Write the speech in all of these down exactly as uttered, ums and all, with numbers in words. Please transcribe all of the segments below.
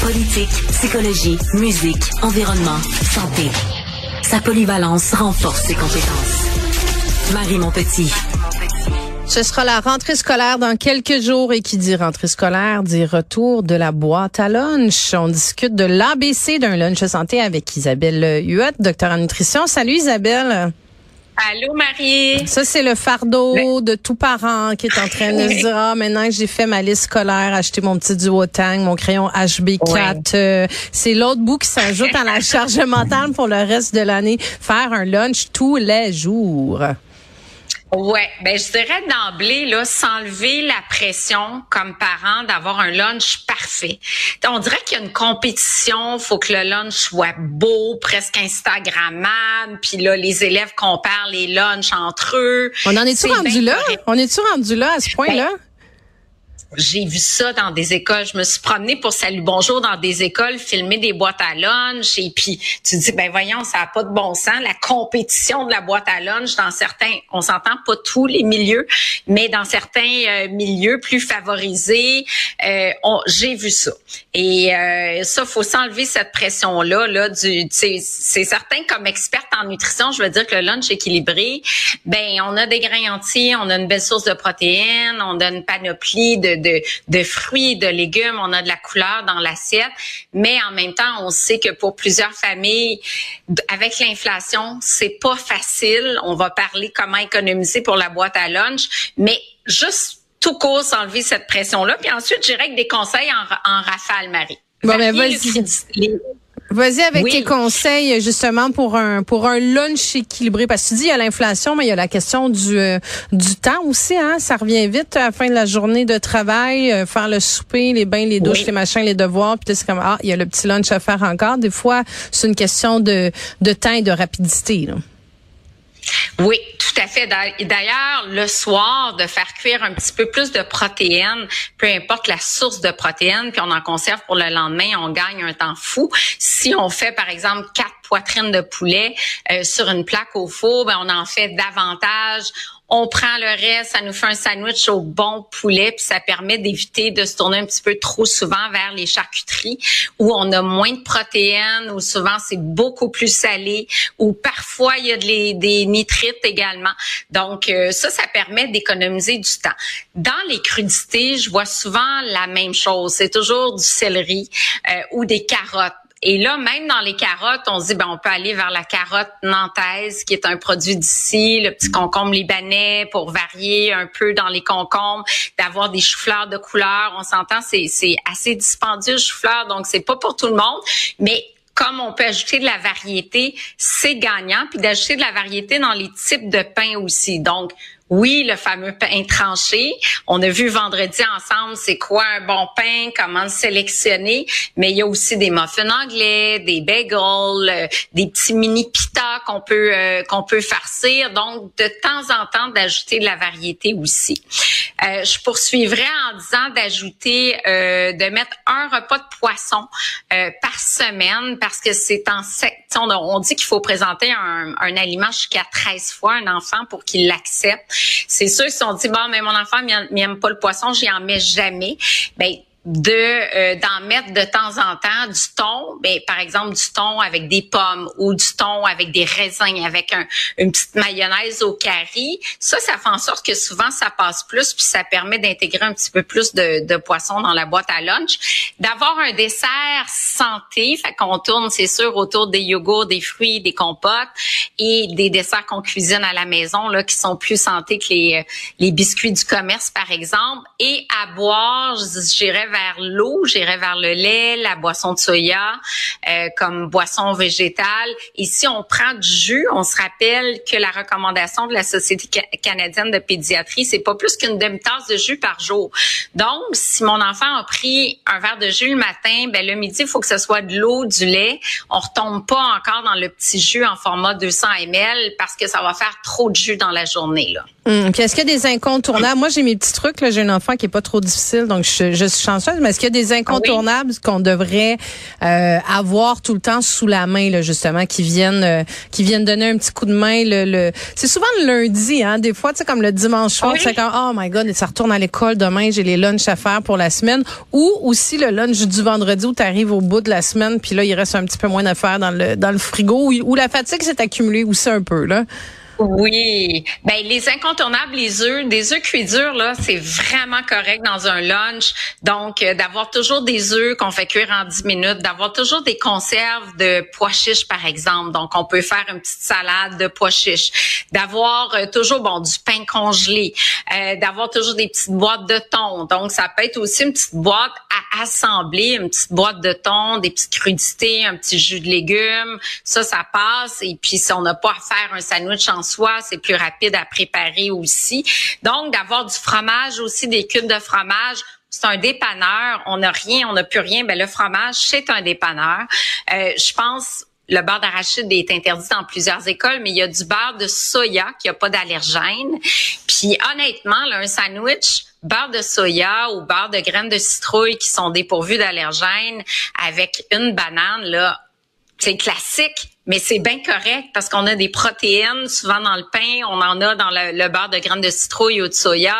Politique, psychologie, musique, environnement, santé. Sa polyvalence renforce ses compétences. Marie Montpetit. Ce sera la rentrée scolaire dans quelques jours et qui dit rentrée scolaire dit retour de la boîte à lunch. On discute de l'A B C d'un lunch santé avec Isabelle Huot, docteur en nutrition. Salut Isabelle. Allô Marie. Ça, c'est le fardeau de tout parent qui est en train de se dire, ah, maintenant que j'ai fait ma liste scolaire, acheter mon petit duotang, mon crayon H B quatre, ouais. euh, c'est l'autre bout qui s'ajoute à la charge mentale pour le reste de l'année. Faire un lunch tous les jours. Ouais, ben je dirais d'emblée là, s'enlever la pression comme parent d'avoir un lunch parfait. On dirait qu'il y a une compétition, faut que le lunch soit beau, presque instagrammable, puis là les élèves comparent les lunchs entre eux. On en est-tu rendu là correct. On est-tu rendu là à ce point-là? Ben, j'ai vu ça dans des écoles. Je me suis promenée pour Salut Bonjour dans des écoles, filmer des boîtes à lunch. Et puis, tu dis, ben voyons, ça n'a pas de bon sens. La compétition de la boîte à lunch dans certains, on s'entend pas tous les milieux, mais dans certains euh, milieux plus favorisés, euh, on, j'ai vu ça. Et euh, ça, faut s'enlever cette pression-là. Là, du, c'est certain, comme experte en nutrition, je veux dire que le lunch équilibré, ben on a des grains entiers, on a une belle source de protéines, on a une panoplie de De, de fruits et de légumes, on a de la couleur dans l'assiette, mais en même temps, on sait que pour plusieurs familles, avec l'inflation, c'est pas facile. On va parler comment économiser pour la boîte à lunch, mais juste tout court s'enlever cette pression-là. Puis ensuite, j'irai avec des conseils en, en rafale, Marie. Bon, ben vas-y. Vas-y avec oui. tes conseils justement pour un pour un lunch équilibré, parce que tu dis il y a l'inflation, mais il y a la question du euh, du temps aussi, hein. Ça revient vite à la fin de la journée de travail, euh, faire le souper, les bains, les douches, oui. les machins, les devoirs, puis c'est comme ah il y a le petit lunch à faire encore. Des fois c'est une question de de temps et de rapidité, là. Oui, tout à fait. D'ailleurs, le soir, de faire cuire un petit peu plus de protéines, peu importe la source de protéines, puis on en conserve pour le lendemain, on gagne un temps fou. Si on fait, par exemple, quatre poitrines de poulet euh, sur une plaque au four, ben on en fait davantage. On prend le reste, ça nous fait un sandwich au bon poulet, puis ça permet d'éviter de se tourner un petit peu trop souvent vers les charcuteries où on a moins de protéines, où souvent c'est beaucoup plus salé, où parfois il y a de les, des nitrites également. Donc euh, ça, ça permet d'économiser du temps. Dans les crudités, je vois souvent la même chose. C'est toujours du céleri euh, ou des carottes. Et là, même dans les carottes, on se dit, ben, on peut aller vers la carotte nantaise, qui est un produit d'ici, le petit concombre libanais, pour varier un peu dans les concombres, d'avoir des choux-fleurs de couleur. On s'entend, c'est, c'est assez dispendieux, le chou-fleur, donc c'est pas pour tout le monde, mais comme on peut ajouter de la variété, c'est gagnant, puis d'ajouter de la variété dans les types de pain aussi. Donc, oui, le fameux pain tranché. On a vu vendredi ensemble c'est quoi un bon pain, comment le sélectionner, mais il y a aussi des muffins anglais, des bagels, euh, des petits mini pitas qu'on peut euh, qu'on peut farcir. Donc, de temps en temps, d'ajouter de la variété aussi. Euh, je poursuivrai en disant d'ajouter, euh, de mettre un repas de poisson euh, par semaine parce que c'est en on, on dit qu'il faut présenter un, un aliment jusqu'à treize fois à un enfant pour qu'il l'accepte. C'est sûr qu'ils se sont dit, bon, mais mon enfant n'aime pas le poisson, j'y en mets jamais. Ben, de euh, d'en mettre de temps en temps du thon, ben par exemple du thon avec des pommes ou du thon avec des raisins, avec un, une petite mayonnaise au curry. Ça, ça fait en sorte que souvent ça passe plus, puis ça permet d'intégrer un petit peu plus de, de poisson dans la boîte à lunch. D'avoir un dessert santé, fait qu'on tourne, c'est sûr, autour des yogourts, des fruits, des compotes et des desserts qu'on cuisine à la maison là qui sont plus santé que les les biscuits du commerce par exemple. Et à boire, j'irais vers l'eau, j'irais vers le lait, la boisson de soya euh, comme boisson végétale. Et si on prend du jus, on se rappelle que la recommandation de la Société canadienne de pédiatrie, c'est pas plus qu'une demi-tasse de jus par jour. Donc, si mon enfant a pris un verre de jus le matin, ben le midi, il faut que ce soit de l'eau, du lait. On retombe pas encore dans le petit jus en format deux cents millilitres parce que ça va faire trop de jus dans la journée, là. Hum, puis est-ce qu'il y a des incontournables? Moi, j'ai mes petits trucs. Là, j'ai un enfant qui est pas trop difficile, donc je, je suis chanceuse. Mais est-ce qu'il y a des incontournables ah oui? qu'on devrait euh, avoir tout le temps sous la main, là, justement, qui viennent, euh, qui viennent donner un petit coup de main? Le, le... C'est souvent le lundi, hein. Des fois, tu sais, comme le dimanche soir, oui. c'est comme oh my God, ça retourne à l'école demain. J'ai les lunchs à faire pour la semaine. Ou aussi le lunch du vendredi où tu arrives au bout de la semaine, puis là, il reste un petit peu moins d'affaires dans le dans le frigo, où, où la fatigue s'est accumulée aussi un peu là. Oui, ben les incontournables, les œufs, des œufs cuits durs là, c'est vraiment correct dans un lunch. Donc euh, d'avoir toujours des œufs qu'on fait cuire en dix minutes, d'avoir toujours des conserves de pois chiches par exemple. Donc on peut faire une petite salade de pois chiches, d'avoir euh, toujours bon du pain congelé, euh, d'avoir toujours des petites boîtes de thon. Donc ça peut être aussi une petite boîte à assembler, une petite boîte de thon, des petites crudités, un petit jus de légumes. Ça ça passe et puis si on n'a pas à faire un sandwich en soi, c'est plus rapide à préparer aussi. Donc, d'avoir du fromage aussi, des cubes de fromage. C'est un dépanneur. On n'a rien, on n'a plus rien. Ben le fromage, c'est un dépanneur. Euh, je pense... Le beurre d'arachide est interdit dans plusieurs écoles, mais il y a du beurre de soya qui n'a pas d'allergène. Puis honnêtement, là, un sandwich, beurre de soya ou beurre de graines de citrouille qui sont dépourvus d'allergènes avec une banane, là, c'est classique. Mais c'est bien correct parce qu'on a des protéines souvent dans le pain, on en a dans le, le beurre de graines de citrouille ou de soya,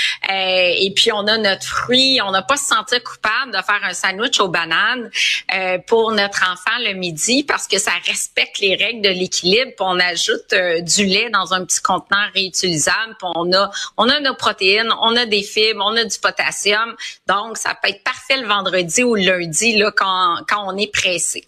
euh, et puis on a notre fruit. On n'a pas à se sentir coupable de faire un sandwich aux bananes euh, pour notre enfant le midi parce que ça respecte les règles de l'équilibre. Puis on ajoute euh, du lait dans un petit contenant réutilisable. Puis on a on a nos protéines, on a des fibres, on a du potassium. Donc ça peut être parfait le vendredi ou le lundi là quand quand on est pressé.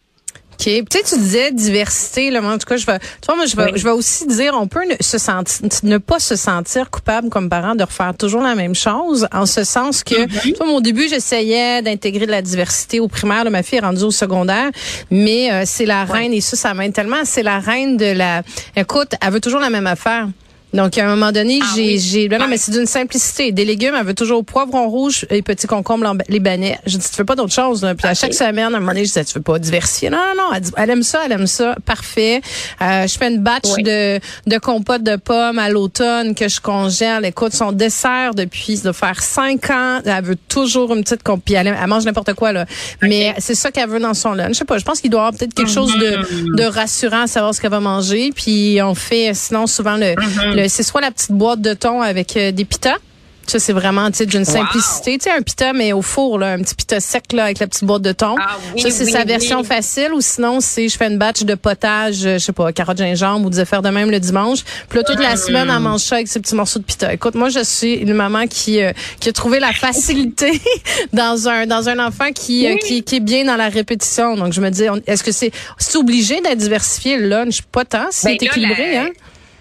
OK. Tu sais, tu disais diversité, là. Moi, en tout cas, je vais, tu vois, moi, je vais, oui. je vais aussi dire, on peut ne, se sentir, ne pas se sentir coupable comme parent de refaire toujours la même chose, en ce sens que, mm-hmm. tu vois, au début, j'essayais d'intégrer de la diversité au primaire. Là, ma fille est rendue au secondaire, mais euh, c'est la reine, oui. et ça, ça m'aide tellement. C'est la reine de la, écoute, elle veut toujours la même affaire. Donc, à un moment donné, ah j'ai, oui. j'ai, ben non, mais c'est d'une simplicité. Des légumes, elle veut toujours poivron rouge et petits concombres libanais. Je dis, tu fais pas d'autre chose, là. Puis okay. à chaque semaine, à un moment donné, je disais, tu veux pas diversifier? Non, non, non. Elle, dit, elle aime ça, elle aime ça. Parfait. Euh, je fais une batch oui. de, de compote de pommes à l'automne que je congèle. Écoute, son dessert depuis, de faire cinq ans, elle veut toujours une petite compote. Puis elle, elle mange n'importe quoi, là. Okay. Mais c'est ça qu'elle veut dans son lunch. Je sais pas, je pense qu'il doit y avoir peut-être quelque mm-hmm. chose de, de rassurant à savoir ce qu'elle va manger. Puis on fait, sinon, souvent, le, mm-hmm. le c'est soit la petite boîte de thon avec euh, des pitas. Ça, c'est vraiment, tu sais, d'une wow. simplicité. Tu sais, un pita, mais au four, là, un petit pita sec, là, avec la petite boîte de thon. Ah, oui, ça, c'est oui, sa version oui. facile. Ou sinon, c'est, je fais une batch de potage, je sais pas, carottes, gingembre, ou des affaires de même le dimanche. Puis là, toute mmh. la semaine, elle mange ça avec ces petits morceaux de pita. Écoute, moi, je suis une maman qui, euh, qui a trouvé la facilité dans un, dans un enfant qui, oui. euh, qui, qui est bien dans la répétition. Donc, je me dis, on, est-ce que c'est, c'est obligé d'être diversifié le lunch? Pas tant, si ben c'est là, équilibré, la... hein?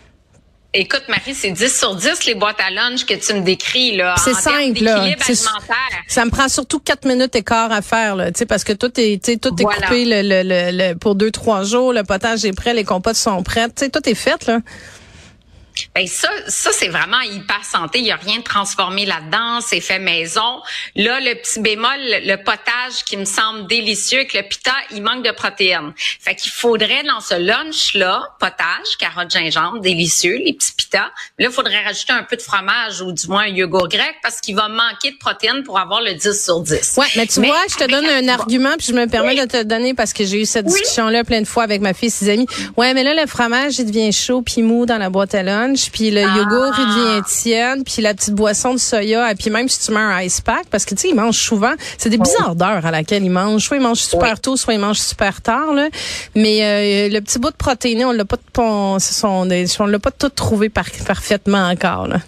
Écoute, Marie, c'est dix sur dix les boîtes à lunch que tu me décris, là. C'est simple, là. C'est, ça me prend surtout quatre minutes et quart à faire, là. Tu sais, parce que tout est, tu sais, tout voilà. est coupé le, le, le, le, pour deux, trois jours. Le potage est prêt, les compotes sont prêtes. Tu sais, tout est fait, là. Ben ça, ça c'est vraiment hyper santé. Il y a rien de transformé là-dedans. C'est fait maison. Là, le petit bémol, le, le potage qui me semble délicieux avec le pita, il manque de protéines. Fait qu'il faudrait dans ce lunch-là, potage, carottes, gingembre, délicieux, les petits pitas. Là, il faudrait rajouter un peu de fromage ou du moins un yogourt grec parce qu'il va manquer de protéines pour avoir le dix sur dix. Ouais, mais tu mais vois, je te donne un argument puis je me permets oui. de te le donner parce que j'ai eu cette oui. discussion-là plein de fois avec ma fille et ses amis. Ouais, mais là, le fromage, il devient chaud puis mou dans la boîte à lunch. Puis le ah. yogourt, il devient tiède, puis la petite boisson de soya, et puis même si tu mets un ice pack, parce que tu sais, ils mangent souvent, c'est des bizarres d'heures à laquelle ils mangent. Soit ils mangent super oui. tôt, soit ils mangent super tard, là. Mais euh, le petit bout de protéiné, on l'a pas, on, on l'a pas tout trouvé par, parfaitement encore, là.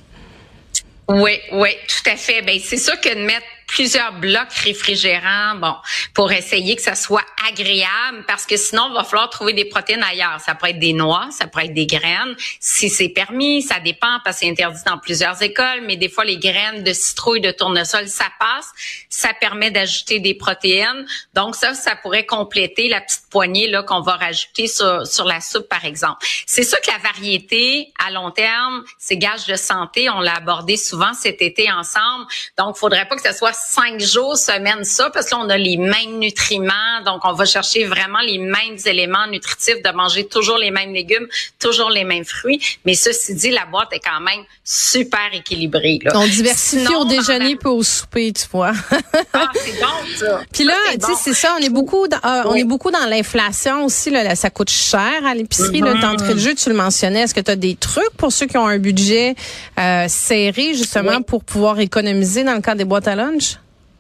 Oui, oui, tout à fait. Ben c'est sûr que de mettre plusieurs blocs réfrigérants, bon, pour essayer que ça soit agréable, parce que sinon, il va falloir trouver des protéines ailleurs. Ça pourrait être des noix, ça pourrait être des graines. Si c'est permis, ça dépend, parce que c'est interdit dans plusieurs écoles, mais des fois, les graines de citrouille, de tournesol, ça passe. Ça permet d'ajouter des protéines. Donc, ça, ça pourrait compléter la petite poignée là qu'on va rajouter sur, sur la soupe, par exemple. C'est sûr que la variété, à long terme, c'est gage de santé. On l'a abordé souvent cet été ensemble. Donc, il faudrait pas que ça soit cinq jours, semaine, ça, parce que là, on a les mêmes nutriments. Donc, on va chercher vraiment les mêmes éléments nutritifs, de manger toujours les mêmes légumes, toujours les mêmes fruits. Mais ceci dit, la boîte est quand même super équilibrée, là. On diversifie Sinon, au déjeuner puis au souper, tu vois. Ah, c'est bon, ça. Puis là, tu sais, bon. c'est ça, on est beaucoup dans, euh, oui. on est beaucoup dans l'inflation aussi, là, ça coûte cher à l'épicerie, mm-hmm. là, d'entrée de jeu, tu le mentionnais. Est-ce que tu as des trucs pour ceux qui ont un budget euh, serré, justement, oui. pour pouvoir économiser dans le cadre des boîtes à lunch?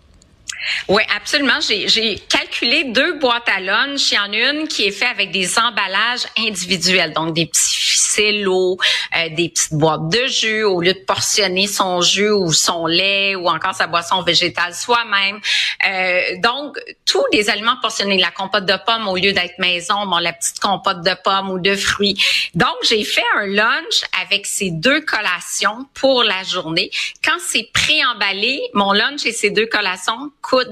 Oui, absolument. J'ai, j'ai calculé deux boîtes à lunch. Il y en a une qui est faite avec des emballages individuels, donc des petits ficellos, euh, des petites boîtes de jus au lieu de portionner son jus ou son lait ou encore sa boisson végétale soi-même. Euh, donc, tous les aliments portionnés, la compote de pommes au lieu d'être maison, bon, la petite compote de pommes ou de fruits. Donc, j'ai fait un lunch avec ces deux collations pour la journée. Quand c'est pré-emballé, mon lunch et ces deux collations coûte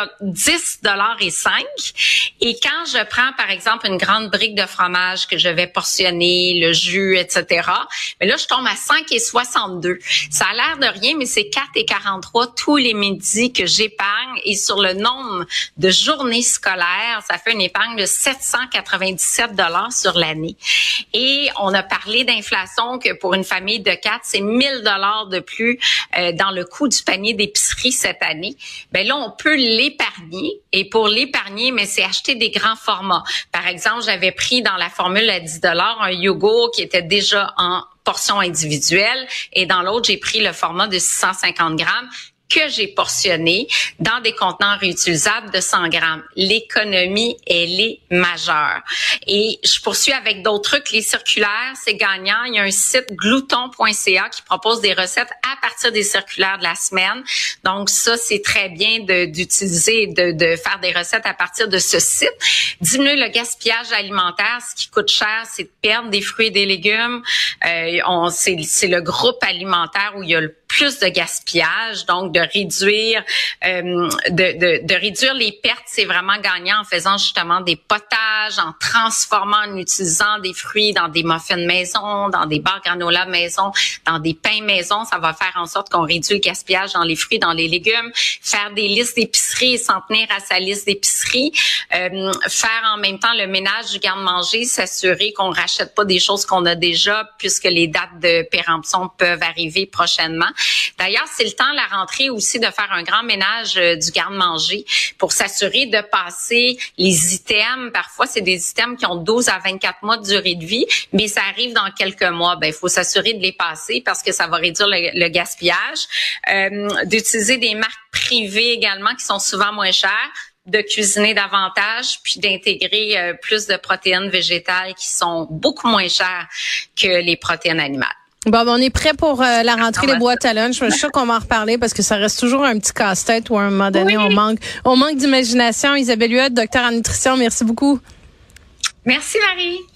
dix dollars et cinq. Et quand je prends, par exemple, une grande brique de fromage que je vais portionner, le jus, et cetera, mais là, je tombe à cinq et soixante-deux. Ça a l'air de rien, mais c'est quatre et quarante-trois tous les midis que j'épargne. Et sur le nombre de journées scolaires, ça fait une épargne de sept cent quatre-vingt-dix-sept dollars sur l'année. Et on a parlé d'inflation que pour une famille de quatre, c'est mille dollars de plus euh, dans le coût du panier d'épicerie cette année. Ben là, on peut l'épargner. Et pour l'épargner, mais c'est acheter des grands formats. Par exemple, j'avais pris dans la formule à dix dollars un yogourt qui était déjà en portion individuelle. Et dans l'autre, j'ai pris le format de six cent cinquante grammes que j'ai portionné dans des contenants réutilisables de cent grammes. L'économie, elle est majeure. Et je poursuis avec d'autres trucs. Les circulaires, c'est gagnant. Il y a un site glouton point c a qui propose des recettes à partir des circulaires de la semaine. Donc ça, c'est très bien de, d'utiliser, de, de faire des recettes à partir de ce site. Diminuer le gaspillage alimentaire. Ce qui coûte cher, c'est de perdre des fruits et des légumes. Euh, on, c'est, c'est le groupe alimentaire où il y a le plus de gaspillage, donc de réduire euh, de, de, de réduire les pertes, c'est vraiment gagnant en faisant justement des potages, en transformant, en utilisant des fruits dans des muffins maison, dans des barres granola maison, dans des pains maison. Ça va faire en sorte qu'on réduit le gaspillage dans les fruits, dans les légumes. Faire des listes d'épicerie et s'en tenir à sa liste d'épicerie. Euh, faire en même temps le ménage du garde-manger, s'assurer qu'on rachète pas des choses qu'on a déjà puisque les dates de péremption peuvent arriver prochainement. D'ailleurs, c'est le temps de la rentrée aussi de faire un grand ménage euh, du garde-manger pour s'assurer de passer les items. Parfois, c'est des items qui ont douze à vingt-quatre mois de durée de vie, mais ça arrive dans quelques mois. Ben, il faut s'assurer de les passer parce que ça va réduire le, le gaspillage. Euh, d'utiliser des marques privées également qui sont souvent moins chères, de cuisiner davantage, puis d'intégrer euh, plus de protéines végétales qui sont beaucoup moins chères que les protéines animales. Bon, ben on est prêt pour euh, la rentrée des boîtes à lunch. Je suis sûre qu'on va en reparler parce que ça reste toujours un petit casse-tête où à un moment donné, oui. on manque on manque d'imagination. Isabelle Huot, docteur en nutrition, merci beaucoup. Merci Marie.